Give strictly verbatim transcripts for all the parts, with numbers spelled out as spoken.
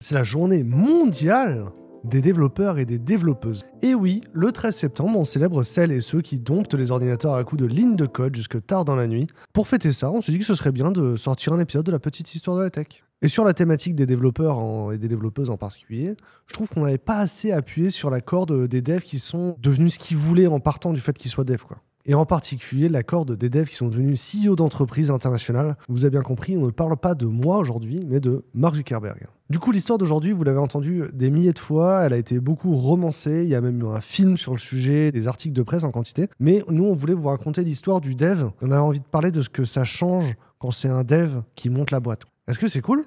c'est la journée mondiale des développeurs et des développeuses. Et oui, le treize septembre, on célèbre celles et ceux qui domptent les ordinateurs à coups de lignes de code jusque tard dans la nuit. Pour fêter ça, on s'est dit que ce serait bien de sortir un épisode de la petite histoire de la tech. Et sur la thématique des développeurs en, et des développeuses en particulier, je trouve qu'on n'avait pas assez appuyé sur la corde des devs qui sont devenus ce qu'ils voulaient en partant du fait qu'ils soient devs, quoi. Et en particulier la corde des devs qui sont devenus C E O d'entreprises internationales. Vous avez bien compris, on ne parle pas de moi aujourd'hui, mais de Mark Zuckerberg. Du coup, l'histoire d'aujourd'hui, vous l'avez entendu des milliers de fois, elle a été beaucoup romancée, il y a même eu un film sur le sujet, des articles de presse en quantité. Mais nous, on voulait vous raconter l'histoire du dev. On avait envie de parler de ce que ça change quand c'est un dev qui monte la boîte. Est-ce que c'est cool ?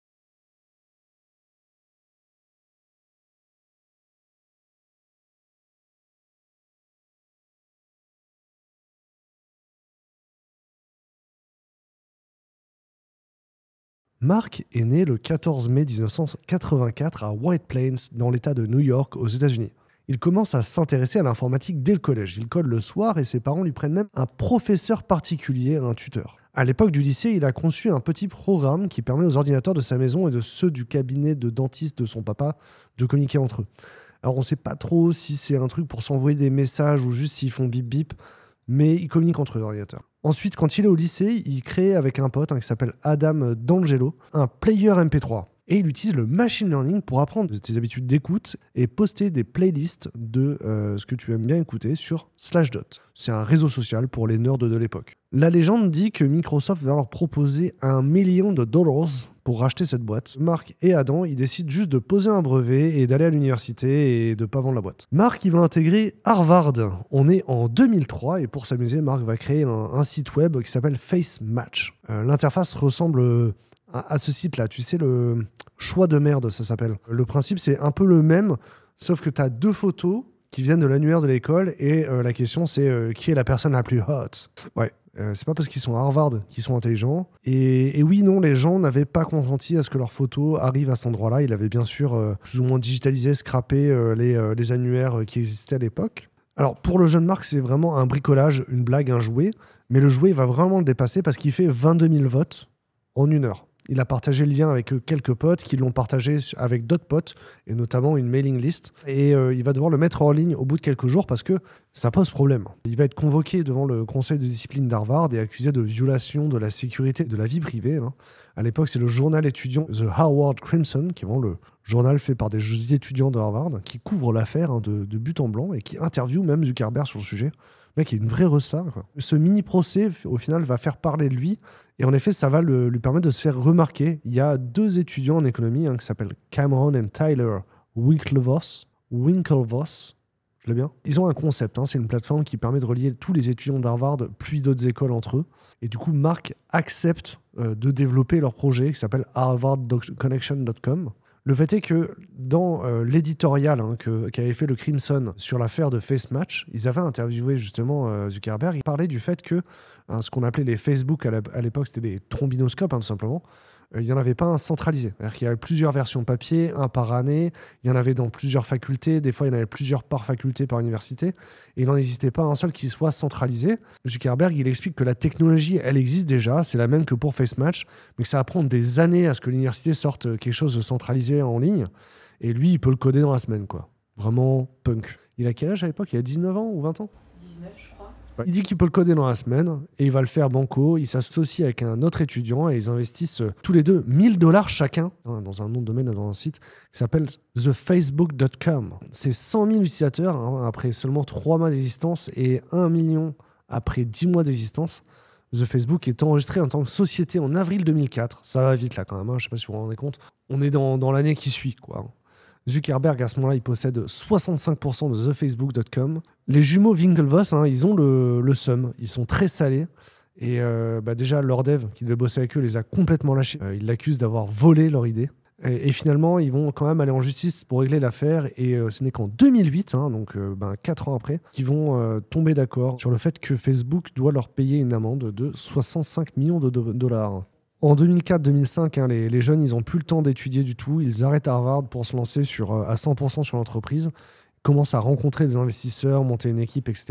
Mark est né le quatorze mai dix-neuf cent quatre-vingt-quatre à White Plains, dans l'État de New York, aux États-Unis. Il commence à s'intéresser à l'informatique dès le collège. Il code le soir et ses parents lui prennent même un professeur particulier, un tuteur. À l'époque du lycée, il a conçu un petit programme qui permet aux ordinateurs de sa maison et de ceux du cabinet de dentiste de son papa de communiquer entre eux. Alors on ne sait pas trop si c'est un truc pour s'envoyer des messages ou juste s'ils font bip bip, mais ils communiquent entre eux, les ordinateurs. Ensuite, quand il est au lycée, il crée avec un pote hein, qui s'appelle Adam D'Angelo un player M P trois. Et il utilise le machine learning pour apprendre ses habitudes d'écoute et poster des playlists de euh, ce que tu aimes bien écouter sur Slashdot. C'est un réseau social pour les nerds de l'époque. La légende dit que Microsoft va leur proposer un million de dollars pour racheter cette boîte. Mark et Adam, ils décident juste de poser un brevet et d'aller à l'université et de pas vendre la boîte. Mark, il va intégrer Harvard. On est en deux mille trois et pour s'amuser, Mark va créer un, un site web qui s'appelle FaceMatch. Euh, l'interface ressemble à, à ce site-là. Tu sais, le choix de merde, ça s'appelle. Le principe, c'est un peu le même, sauf que tu as deux photos qui viennent de l'annuaire de l'école et euh, la question, c'est euh, qui est la personne la plus hot. Ouais. Euh, c'est pas parce qu'ils sont à Harvard qu'ils sont intelligents. Et, et oui, non, les gens n'avaient pas consenti à ce que leurs photos arrivent à cet endroit-là. Il avait bien sûr euh, plus ou moins digitalisé, scrappé euh, les, euh, les annuaires qui existaient à l'époque. Alors, pour le jeune Mark, c'est vraiment un bricolage, une blague, un jouet. Mais le jouet va vraiment le dépasser parce qu'il fait vingt-deux mille votes en une heure. Il a partagé le lien avec quelques potes qui l'ont partagé avec d'autres potes, et notamment une mailing list. Et euh, il va devoir le mettre en ligne au bout de quelques jours parce que ça pose problème. Il va être convoqué devant le conseil de discipline d'Harvard et accusé de violation de la sécurité de la vie privée. Hein. À l'époque, c'est le journal étudiant The Harvard Crimson, qui est vraiment le journal fait par des étudiants de Harvard, qui couvre l'affaire hein, de, de but en blanc et qui interviewe même Zuckerberg sur le sujet. Le mec est une vraie resta. Quoi. Ce mini-procès, au final, va faire parler de lui. Et en effet, ça va le, lui permettre de se faire remarquer. Il y a deux étudiants en économie hein, qui s'appellent Cameron et Tyler Winklevoss. Winklevoss, je l'ai bien. Ils ont un concept. Hein, c'est une plateforme qui permet de relier tous les étudiants d'Harvard puis d'autres écoles entre eux. Et du coup, Mark accepte euh, de développer leur projet qui s'appelle harvard connection dot com. Le fait est que dans euh, l'éditorial hein, que, qu'avait fait le Crimson sur l'affaire de FaceMatch, ils avaient interviewé justement euh, Zuckerberg. Il parlait du fait que hein, ce qu'on appelait les Facebook à, la, à l'époque, c'était des trombinoscopes hein, tout simplement. Euh, il n'y en avait pas un centralisé. C'est-à-dire qu'il y avait plusieurs versions papier, un par année. Il y en avait dans plusieurs facultés. Des fois, il y en avait plusieurs par faculté, par université. Et il n'en existait pas un seul qui soit centralisé. Zuckerberg, il explique que la technologie, elle existe déjà. C'est la même que pour FaceMatch. Mais que ça va prendre des années à ce que l'université sorte quelque chose de centralisé en ligne. Et lui, il peut le coder dans la semaine, quoi. Vraiment punk. Il a quel âge à l'époque ? Il a dix-neuf ans ou vingt ans ? dix-neuf, je crois. Il dit qu'il peut le coder dans la semaine et il va le faire banco. Il s'associe avec un autre étudiant et ils investissent euh, tous les deux mille dollars chacun hein, dans un nom de domaine, dans un site qui s'appelle the facebook dot com. C'est cent mille utilisateurs hein, après seulement trois mois d'existence et un million après dix mois d'existence. The Facebook est enregistré en tant que société en avril deux mille quatre. Ça va vite là quand même, hein, je ne sais pas si vous vous rendez compte. On est dans, dans l'année qui suit, quoi. Zuckerberg, à ce moment-là, il possède soixante-cinq pour cent de the facebook dot com. Les jumeaux Winklevoss, hein, ils ont le, le seum. Ils sont très salés. Et euh, bah déjà, leur dev, qui devait bosser avec eux, les a complètement lâchés. Euh, ils l'accusent d'avoir volé leur idée. Et, et finalement, ils vont quand même aller en justice pour régler l'affaire. Et euh, ce n'est qu'en deux mille huit, hein, donc euh, ben, quatre ans après, qu'ils vont euh, tomber d'accord sur le fait que Facebook doit leur payer une amende de soixante-cinq millions de do- dollars. En deux mille quatre deux mille cinq, hein, les, les jeunes, ils n'ont plus le temps d'étudier du tout. Ils arrêtent Harvard pour se lancer sur, à cent pour cent sur l'entreprise. Ils commencent à rencontrer des investisseurs, monter une équipe, et cetera.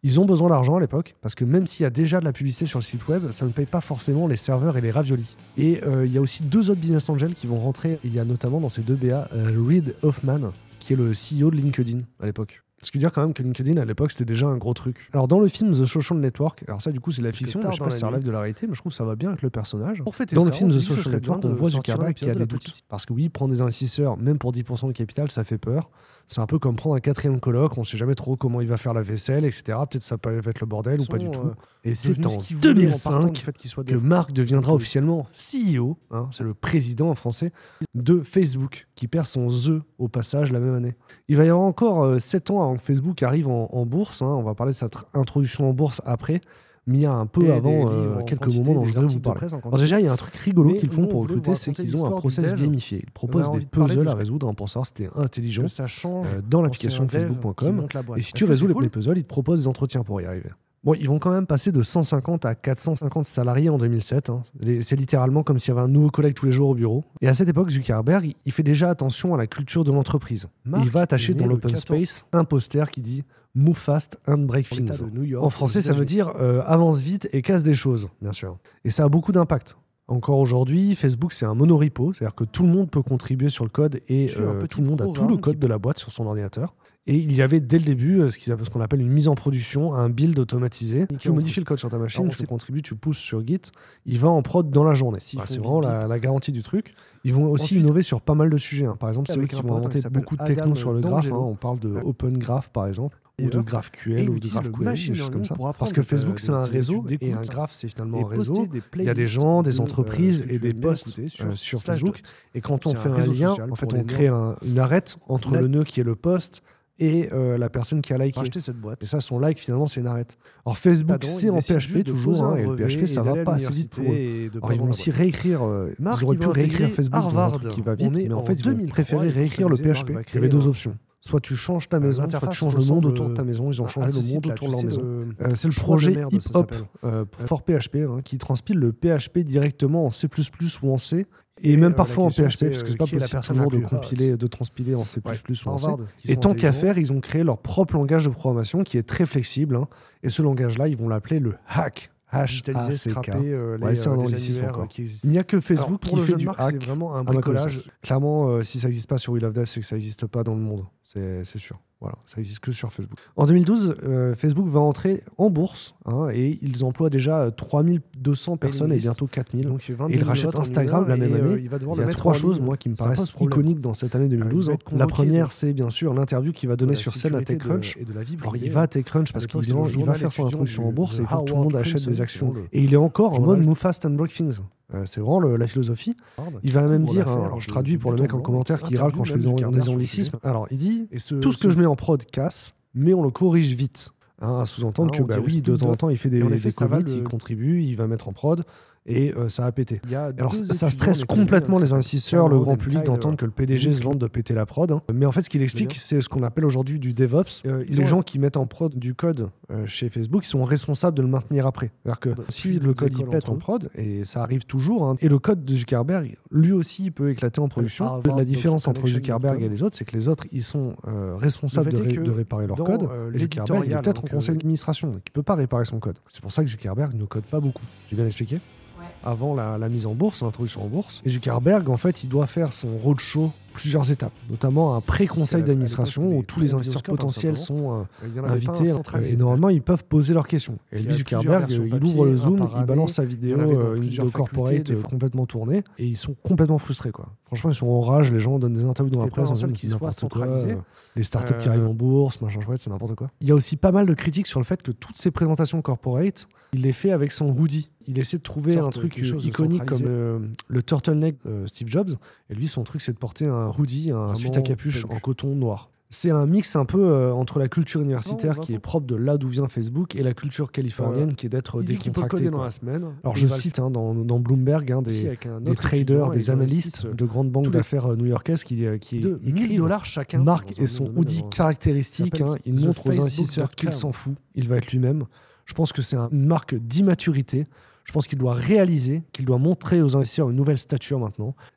Ils ont besoin d'argent à l'époque, parce que même s'il y a déjà de la publicité sur le site web, ça ne paye pas forcément les serveurs et les raviolis. Et euh, il y a aussi deux autres business angels qui vont rentrer. Il y a notamment dans ces deux B A, euh, Reid Hoffman, qui est le C E O de LinkedIn à l'époque. Ce qui veut dire quand même que LinkedIn à l'époque c'était déjà un gros truc. Alors dans le film The Social Network, alors ça du coup c'est la fiction, mais je sais pas si ça relève de la réalité, mais je trouve que ça va bien avec le personnage. Dans le film The Social Network, on voit Zuckerberg qui a des doutes. Parce que oui, prendre des investisseurs, même pour dix pour cent de capital, ça fait peur. C'est un peu comme prendre un quatrième coloc, on sait jamais trop comment il va faire la vaisselle, et cetera. Peut-être ça peut être le bordel ou pas du tout. Et c'est en deux mille cinq que Mark deviendra officiellement C E O, hein, c'est le président en français, de Facebook, qui perd son The au passage la même année. Il va y avoir encore euh, sept ans avant que Facebook arrive en, en bourse, hein, on va parler de cette introduction en bourse après, mais il y a un peu et avant euh, quelques moments dont je voudrais vous parler. Alors déjà, il y a un truc rigolo qu'ils font pour recruter, c'est qu'ils ont un process gamifié. Ils proposent des puzzles à résoudre, hein, pour savoir si t'es intelligent, euh, dans l'application facebook point com. Et si tu résous les puzzles, ils te proposent des entretiens pour y arriver. Bon, ils vont quand même passer de cent cinquante à quatre cent cinquante salariés en deux mille sept. Hein. C'est littéralement comme s'il y avait un nouveau collègue tous les jours au bureau. Et à cette époque, Zuckerberg, il fait déjà attention à la culture de l'entreprise. Il va attacher dans l'open space un poster qui dit « Move fast and break things ». En français, ça veut dire euh, « avance vite et casse des choses », bien sûr. Et ça a beaucoup d'impact. Encore aujourd'hui, Facebook, c'est un monorepo, c'est-à-dire que tout le monde peut contribuer sur le code et euh, tout le monde a tout le code de la boîte sur son ordinateur. Et il y avait dès le début ce qu'on appelle une mise en production, un build automatisé. Tu modifies le code sur ta machine, tu contribues, tu pousses sur Git, il va en prod dans la journée. Enfin, c'est vraiment la, la garantie du truc. Ils vont aussi Ensuite, innover sur pas mal de sujets. Hein. Par exemple, c'est eux qui vont inventer beaucoup de techno sur le graphe. Hein. On parle de ouais. Open Graph, par exemple, ou de GraphQL, ou de GraphQL, des choses comme ça. Parce que Facebook, c'est un réseau, et un graphe, c'est finalement un réseau. Il y a des gens, des entreprises et des posts sur Facebook. Et quand on fait un lien, en fait, on crée une arête entre le nœud qui est le post et euh, la personne qui a liké. Acheter cette boîte. Et ça, son like, finalement, c'est une arête. Alors, Facebook, c'est en P H P toujours, hein, et le P H P, ça va pas assez vite pour eux. Alors, ils vont aussi réécrire, euh, Marc, ils auraient pu réécrire Facebook Harvard, qui va vite, mais en fait, ils ont préféré réécrire le P H P. Il y avait deux options. Soit tu changes ta maison, soit tu changes le monde autour de ta maison. Ils ont changé le monde autour de leur maison. C'est le projet HipHop for P H P, qui transpile le P H P directement en C plus plus ou en C. Et, et même euh, parfois en P H P, parce que c'est pas possible toujours de compiler, de transpiler en C plus plus ouais, ou en C. Et tant qu'à faire, ils ont créé leur propre langage de programmation qui est très flexible. Hein. Et ce langage-là, ils vont l'appeler le hack. H A C K. Euh, ouais, c'est un anglicisme encore. Il n'y a que Facebook qui fait du hack. C'est vraiment un bricolage. Clairement, euh, si ça n'existe pas sur We Love Dev, c'est que ça n'existe pas dans le monde. C'est sûr. Voilà, ça n'existe que sur Facebook. En deux mille douze, euh, Facebook va entrer en bourse, hein, et ils emploient déjà trois mille deux cents personnes et bientôt quatre mille. Donc, et ils rachètent Instagram la même année. Euh, il, va devoir il y a trois choses moi, qui me paraissent iconiques dans cette année deux mille douze. Ah, la première, c'est bien sûr l'interview qu'il va donner sur scène à TechCrunch. De, de la vie Alors, il va à TechCrunch parce qu'il il va faire son introduction en bourse et il faut que tout le monde achète des actions. Et il est encore en mode Move Fast and Break Things. Euh, c'est vraiment le, la philosophie. Il va même dire, hein, alors je traduis pour le mec en commentaire qui râle quand je fais des, des anglicismes. Alors il dit, ce, tout ce que je mets en prod casse, mais on le corrige vite. Hein, à sous-entendre ah, que bah oui, de temps en temps il fait des, des commits, il contribue, il va mettre en prod. Et euh, ça a pété. Alors ça stresse complètement les investisseurs, le grand public d'entendre que le P D G se vante de péter la prod. Hein. Mais en fait, ce qu'il explique, c'est ce qu'on appelle aujourd'hui du DevOps. Euh, les gens qui mettent en prod du code euh, chez Facebook, ils sont responsables de le maintenir après. C'est-à-dire que si le code il pète en prod, et ça arrive toujours, hein, et le code de Zuckerberg, lui aussi, peut éclater en production. La différence entre Zuckerberg et les autres, c'est que les autres, ils sont euh, responsables de, ré de réparer leur code. Et Zuckerberg, il est peut-être en conseil d'administration, donc il ne peut pas réparer son code. C'est pour ça que Zuckerberg ne code pas beaucoup. J'ai bien expliqué ? Avant la, la mise en bourse, l'introduction en bourse. Et Zuckerberg, en fait, il doit faire son roadshow plusieurs étapes, notamment un pré-conseil d'administration où tous les investisseurs potentiels sont euh, invités et normalement ils peuvent poser leurs questions. Et lui, Zuckerberg, il ouvre le Zoom, il balance sa vidéo, euh, une vidéo corporate complètement tournée et ils sont complètement frustrés, quoi. Franchement, ils sont en rage, les gens donnent des interviews dans la presse en disant qu'ils soient centralisés. Les startups qui arrivent en bourse, machin chouette, c'est n'importe quoi. Il y a aussi pas mal de critiques sur le fait que toutes ces présentations corporate, il les fait avec son hoodie. Il essaie de trouver un truc iconique comme euh, le turtleneck euh, Steve Jobs. Et lui, son truc, c'est de porter un hoodie, un Vraiment suite à capuche en coton noir. C'est un mix un peu euh, entre la culture universitaire non, qui est propre de là d'où vient Facebook et la culture californienne euh, qui est d'être décontractée. Dans la semaine. Alors je cite hein, dans, dans Bloomberg hein, des, des traders, des analystes de grandes banques d'affaires new-yorkaises qui, qui écrivent dollars chacun. Mark et son hoodie caractéristique, hein, il montre aux investisseurs qu'il s'en fout, il va être lui-même. Je pense que c'est un, une marque d'immaturité. Je pense qu'il doit réaliser, qu'il doit montrer aux investisseurs une nouvelle stature maintenant.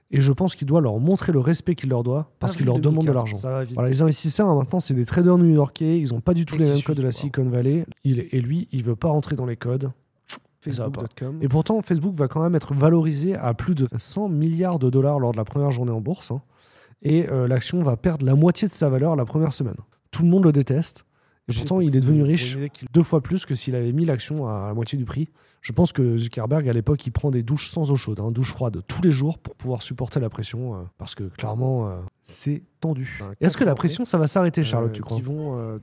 Et je pense qu'il doit leur montrer le respect qu'il leur doit parce qu'il leur demande de l'argent. Voilà, les investisseurs, hein, maintenant, c'est des traders new-yorkais. Ils n'ont pas du tout les mêmes codes de la Silicon Valley. Il, et lui, il ne veut pas rentrer dans les codes. Facebook point com. Et pourtant, Facebook va quand même être valorisé à plus de cent milliards de dollars lors de la première journée en bourse. Hein. Et euh, l'action va perdre la moitié de sa valeur la première semaine. Tout le monde le déteste. Et pourtant, il est devenu riche deux fois plus que s'il avait mis l'action à la moitié du prix. Je pense que Zuckerberg, à l'époque, il prend des douches sans eau chaude, hein, douche froide tous les jours pour pouvoir supporter la pression, euh, parce que clairement, euh, c'est tendu. Est-ce que la pression, ça va s'arrêter, Charlotte, euh, tu crois vont, euh,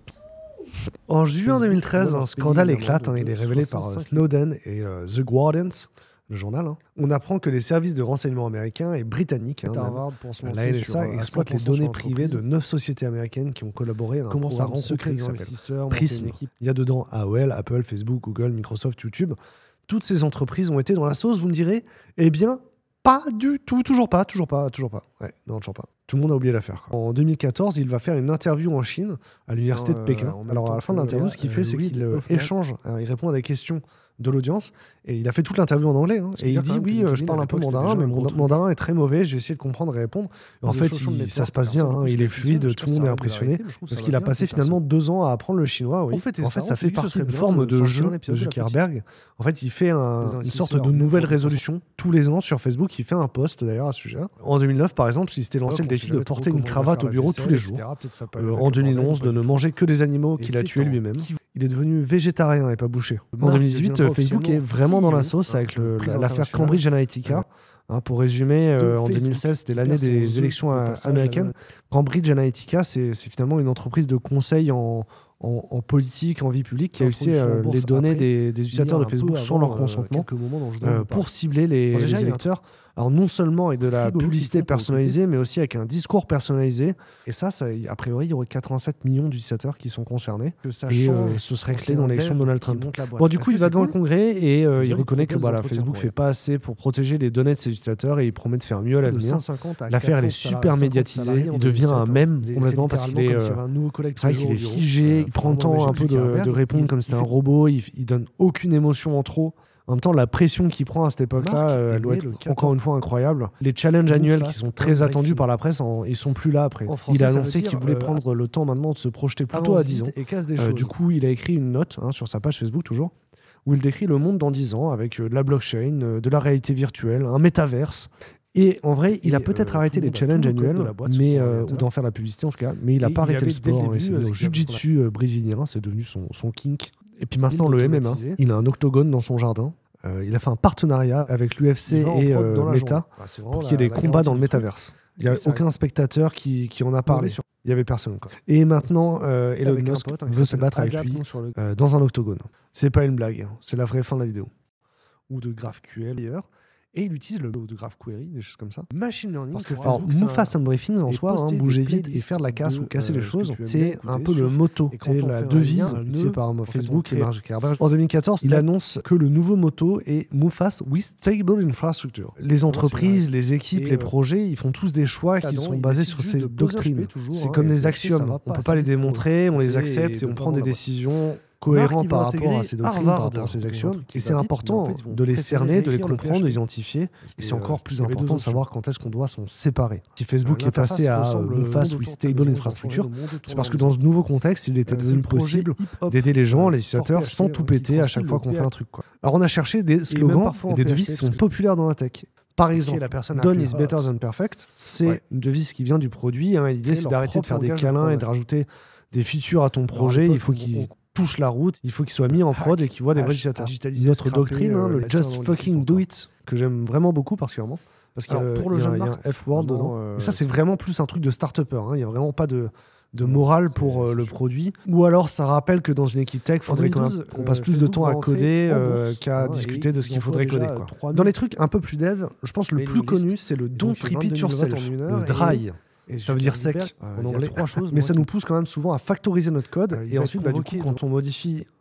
En juin deux mille treize, un scandale éclate. Hein, il est révélé par euh, Snowden et euh, The Guardian, le journal. Hein. On apprend que les services de renseignement américains et britanniques, hein, même, la N S A, exploitent les données privées de neuf sociétés américaines qui ont collaboré à un Comment programme secret qui s'appelle Prism. Il y a dedans A O L, Apple, Facebook, Google, Microsoft, YouTube. Toutes ces entreprises ont été dans la sauce, vous me direz. Eh bien, pas du tout, toujours pas, toujours pas, toujours pas. Ouais, non, toujours pas. Tout le monde a oublié l'affaire. Quoi. En deux mille quatorze, il va faire une interview en Chine, à l'université de euh, Pékin. Alors, à la fin de l'interview, ce qu'il fait, euh, c'est qu'il euh, échange, hein, il répond à des questions de l'audience, et il a fait toute l'interview en anglais. Hein, et il dit, oui, euh, je parle un peu mandarin, mais mon mandarin est très mauvais, je vais essayer de comprendre et répondre. Et en fait, il, ça se passe bien, hein, il est fluide, tout le monde est impressionné, parce qu'il a passé finalement deux ans à apprendre le chinois. Oui. En fait, ça fait partie d'une forme de jeu de Zuckerberg. En fait, il fait une sorte de nouvelle résolution tous les ans sur Facebook. Il fait un post d'ailleurs à ce sujet. En deux mille neuf, par exemple, il s'était lancé le défi de porter une cravate au bureau tous les jours. En deux mille onze, de ne manger que des animaux qu'il a tués lui-même. Il est devenu végétarien et pas bouché. En deux mille dix-huit, Facebook est vraiment dans la sauce avec le, la, l'affaire Cambridge Analytica. Hein, pour résumer, euh, en deux mille seize, c'était l'année des élections américaines. Cambridge Analytica, c'est, c'est finalement une entreprise de conseil en, en, en politique, en vie publique, qui a utilisé euh, les données des, des utilisateurs de Facebook sans leur consentement euh, pour cibler les, les électeurs. Alors non seulement avec de la publicité personnalisée, mais aussi avec un discours personnalisé. Et ça, ça a priori, il y aurait quatre-vingt-sept millions d'utilisateurs qui sont concernés. Que ça et euh, ce serait clé dans l'élection de Donald Trump. Bon, du coup, il va devant le Congrès et euh, il reconnaît que voilà, Facebook ne fait pas assez pour protéger les données de ses utilisateurs et il promet de faire mieux à l'avenir. L'affaire, elle est super médiatisée. Il devient un mème complètement parce qu'il est, euh, c'est vrai qu'il est figé, il prend le temps un peu de, de répondre comme si c'était un robot, il, il donne aucune émotion en trop. En même temps, la pression qu'il prend à cette époque-là, euh, elle doit être encore une fois incroyable. Les challenges annuels qui sont très attendus par la presse, en, ils sont plus là après. Il a annoncé qu'il voulait euh, prendre le temps maintenant de se projeter plutôt à dix ans. Euh, du coup, il a écrit une note hein, sur sa page Facebook toujours, où il décrit le monde dans dix ans avec euh, de la blockchain, euh, de la réalité virtuelle, un métaverse. Et en vrai, il et a peut-être euh, arrêté les challenges annuels, mais, euh, ou d'en faire la publicité en tout cas, mais il n'a pas arrêté le sport. Début, c'est le jiu-jitsu euh, brésilien, c'est devenu son, son kink. Et puis maintenant, le M M A, il a un octogone dans son jardin. Euh, il a fait un partenariat avec l'U F C et euh, Meta ah, pour qu'il y ait des combats dans le métaverse. Il n'y a aucun spectateur qui, qui en a parlé. Oui. Il n'y avait personne. Quoi. Et maintenant, euh, Elon Musk pote, veut se battre avec lui le... euh, dans un octogone. C'est pas une blague, c'est la vraie fin de la vidéo. Ou de GraphQL d'ailleurs. Et il utilise le lot de GraphQuery, des choses comme ça. Machine learning. Parce que move fast and briefing en soi, hein, bouger vite et faire de la casse de, ou casser euh, les choses, c'est un peu le motto. C'est la devise utilisée par Facebook et Mark Zuckerberg. En deux mille quatorze, il annonce que le nouveau motto est Move fast with stable infrastructure. Les entreprises, les équipes, les projets, ils font tous des choix qui sont basés sur ces doctrines. C'est comme des axiomes. On ne peut pas les démontrer, on les accepte et on prend des décisions cohérent par rapport à ces doctrines, par rapport à ces actions. Et c'est important vite, en fait, de les cerner, de les comprendre, de les identifier. Et c'est encore euh, plus important de savoir quand est-ce qu'on doit s'en séparer. Si Facebook euh, est passé à Move fast with stable infrastructure, c'est parce que dans ce nouveau contexte, il était devenu possible d'aider les gens, les utilisateurs, sans tout péter à chaque fois qu'on fait un truc. Quoi. Alors on a cherché des slogans et des devises qui sont populaires dans la tech. Par exemple, Done is better than perfect, c'est une devise qui vient du produit. L'idée, c'est d'arrêter de faire des câlins et de rajouter des features à ton projet. Il faut qu'il touche la route, il faut qu'il soit mis en prod et qu'il voit des vrais utilisateurs. Notre doctrine, hein, le just fucking do it, que j'aime vraiment beaucoup particulièrement, parce qu'il y a, Alors, pour le y a, y a un F-word dedans. Euh, et ça, c'est vraiment plus un truc de start-upper. Hein. Il n'y a vraiment pas de, de morale pour euh, le produit. Ou alors, ça rappelle que dans une équipe tech, il faudrait qu'on euh, passe plus de temps à coder euh, qu'à discuter de ce qu'il faudrait coder. Quoi. Dans les trucs un peu plus dev, je pense que le plus connu, c'est le don't repeat yourself, le dry. Et ça veut dire sec euh, en anglais, trois choses, mais ça nous pousse quand même souvent à factoriser notre code. Euh, et ensuite, bah, du coup, quand on modifie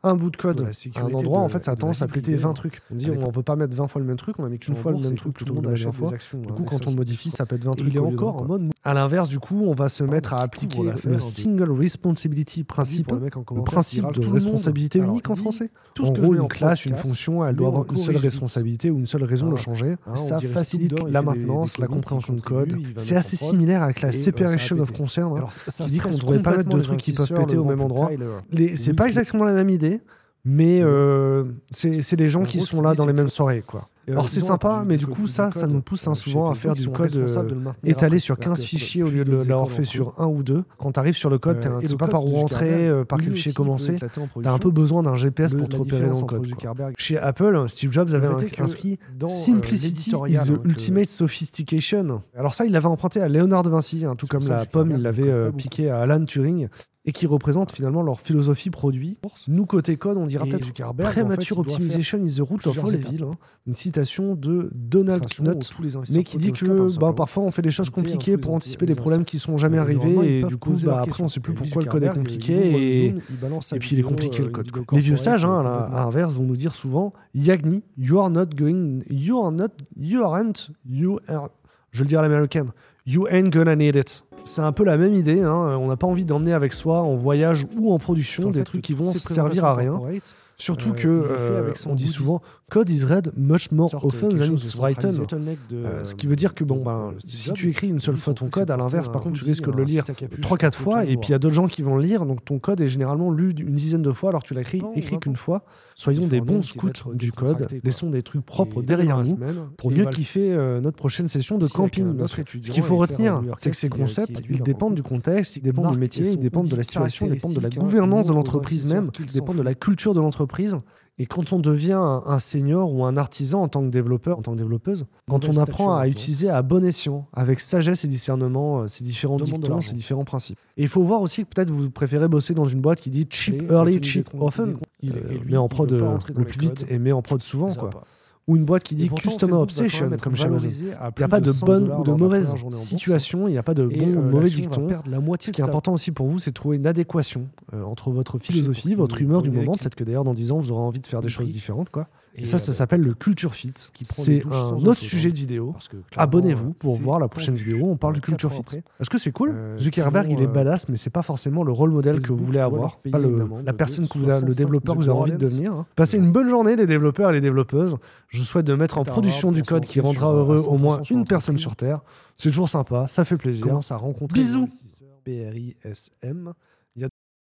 un bout de code de la à un sécurité endroit, de- en fait, ça a de la tendance à vie péter privée, vingt hein. trucs. On dit, À l'époque- on veut pas mettre vingt fois le même truc, on a mis qu'une En fois le gros, même c'est truc, que tout tout le monde a la achète dernière fois. des actions, Du hein, coup, des quand on stocks, modifie, quoi. ça pète vingt Et trucs. il est au lieu d'un, encore en quoi. mode À l'inverse, du coup, on va se mettre à qui appliquer couvre l'affaire le de- single responsibility principe, pour le mec en le commentaire qui principe râle de tout le monde. responsabilité Alors, unique en il dit, français. tout ce En que je gros, mets une en classe, une podcast, fonction, elle mais doit on avoir une seule corrige vite. responsabilité ou une seule raison Hein, de changer. hein, on Ça dirait facilite Snoop Dogg, il la fait des- maintenance, des la comics, compréhension il de code. contribue, il va C'est mettre assez en prod, similaire avec la et, euh, ça separation va of péter. concern, hein, Alors, ça qui dit qu'on ne stresse devrait pas mettre de complètement trucs les qui peuvent investisseurs, péter le au même groupe endroit. Tyler. Les- C'est Oui, pas puis- exactement la même idée, mais Mhm. euh, c'est c'est les gens En qui gros, sont ce là qu'il dit, dans les c'est mêmes que- soirées, quoi. Euh, Alors ils c'est ont sympa, du- mais du du code- coup, du ça, ça code, nous pousse hein, euh, souvent chez à faire Facebook, du qui sont code responsables euh, de le maintenir étalé après. sur C'est-à-dire quinze que fichiers au plus lieu de d'autres l'avoir écoles fait en sur un ou deux. Quand tu arrives sur le code, Euh, tu et sais le pas code par de où Zuckerberg, rentrer, euh, par lui quel aussi, fichier il peut commencer. éclater en Tu as un production. peu besoin d'un G P S Le- pour te la repérer dans différence le entre code, quoi. Zuckerberg- Chez Apple, Steve Jobs avait Le un- fait est que inscrit dans, euh, Simplicity is l'éditorial, the hein, que- ultimate sophistication. Alors ça, il l'avait emprunté à Léonard de Vinci, hein, tout C'est comme pour ça la que pomme, Zuckerberg il ne l'avait connaît euh, pas piqué à Alan Turing, et qui représente finalement leur philosophie produit. Nous, côté code, on dira Et peut-être Zuckerberg, en fait, Premature il doit Optimization is the root of plusieurs all étapes. evil, hein. Une citation de Donald Illustration où Knuth, tous les investisseurs mais qui dit sautent dans le que cap, hein, bah, simplement. parfois on fait des choses Éviter, hein, compliquées tous les pour anti- anticiper les des problèmes qui sont jamais Euh, arrivés, normalement, ils et peuvent du coup, poser bah, leurs après questions. on sait plus Et lui, pourquoi le code est Zuckerberg, compliqué, il ouvre le et, Zoom, il balance sa et puis il est vidéo, compliqué euh, le une code. vidéo Les vieux corporate, sages, hein, euh, à la- complètement. à l'inverse, vont nous dire souvent Yagni, you are not going, you are not, you aren't, you are, je vais le dire à l'américaine, you ain't gonna need it. C'est un peu la même idée, hein. On n'a pas envie d'emmener avec soi en voyage ou en production En des fait, trucs que qui toutes vont ces servir à présentations rien. corporate, Surtout euh, que, il le fait euh, avec son on dit goodie. souvent, code is read much more sorte often quelque than chose it's de written. centralisé, bottleneck de, Euh, ce qui veut dire que, de- bon, de- ben, de Steve si Jobs, tu écris une seule lui, fois son ton truc, code, c'est à de l'inverse, porter par un contre, tu hoodie, risques de le un lire sac à capuche, trois quatre un fois, fauteuil et puis il y a d'autres gens qui vont le lire, donc ton code est généralement lu une dizaine de fois, alors tu l'as écrit, Bon, écrit vingt qu'une ans. fois. Soyons Il faut des un bons homme qui scouts va être du décontracté, code, quoi. laissons des trucs propres Et derrière dans la nous semaine, pour il mieux va le kiffer euh, notre prochaine session de Si avec camping. un bien autre sûr. étudiant, Ce qu'il faut il va faire retenir, un New York c'est que ces qui, euh, qui concepts, dit ils leur dépendent beaucoup. du contexte, ils dépendent Marque du et métier, son ils dépendent de la hoodie situation, ils dépendent de la caractéristique, hein, gouvernance de montre aux l'entreprise investisseurs même, qu'ils ils s'en dépendent de la foutent. culture de l'entreprise. Et quand on devient un, un senior ou un artisan en tant que développeur, en tant que développeuse, quand Nouvelle on apprend stature à maintenant. utiliser à bon escient, avec sagesse et discernement, euh, ces différents Demande de dictons, l'argent. ces différents principes. Et il faut voir aussi que peut-être vous préférez bosser dans une boîte qui dit cheap Allez, early, Anthony cheap Détron, often, Détron, il- euh, et lui, met en il prod veut pas euh, rentrer dans le les plus vite codes. et met en prod souvent, Ça va quoi. pas. Ou une boîte qui Et dit pourtant, customer Facebook va quand obsession, même être comme chez Amazon. valorisé à Il n'y plus a pas de cent bonne dollars ou de lors la mauvaise première journée en bourse. situation, il n'y a pas de Et, bon ou euh, de mauvais l'action va dicton. perdre la moitié Ce de qui est sa- important aussi pour vous, c'est de trouver une adéquation euh, entre votre philosophie, pour votre une- humeur pour du une moment. équipe. Peut-être que d'ailleurs, dans dix ans, vous aurez envie de faire des Compris. choses différentes, quoi. Et, Et, ça, ça euh, s'appelle le culture fit. qui prend C'est des douches sans un eau autre chaude, sujet hein. de vidéo. Parce que clairement, Abonnez-vous pour c'est voir la tendu. prochaine vidéo. On parle Euh, du culture quatre ans fit. après. Est-ce que c'est cool Euh, Zuckerberg, qui il est vont, euh, badass, mais c'est pas forcément le rôle modèle que Facebook vous voulez doit avoir. leur payer Pas le- une amende la de personne que vous avez, le soixante-cinq développeur que vous avez envie de dollars. devenir. hein. Passez une bonne journée, les développeurs et les développeuses. Je vous souhaite de mettre en C'est un production rare du pour code se qui lancer rendra sur, euh, heureux à au cent pour moins cent sur une personne l'entreprise. sur Terre. C'est toujours sympa, ça fait plaisir. Commence à rencontrer Bisous. des investisseurs. P R I S M. Il y a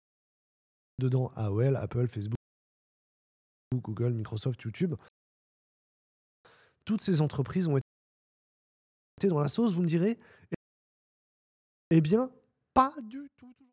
dedans A O L, Apple, Facebook, Google, Microsoft, YouTube. Toutes ces entreprises ont été dans la sauce, vous me direz. Eh bien, pas du tout.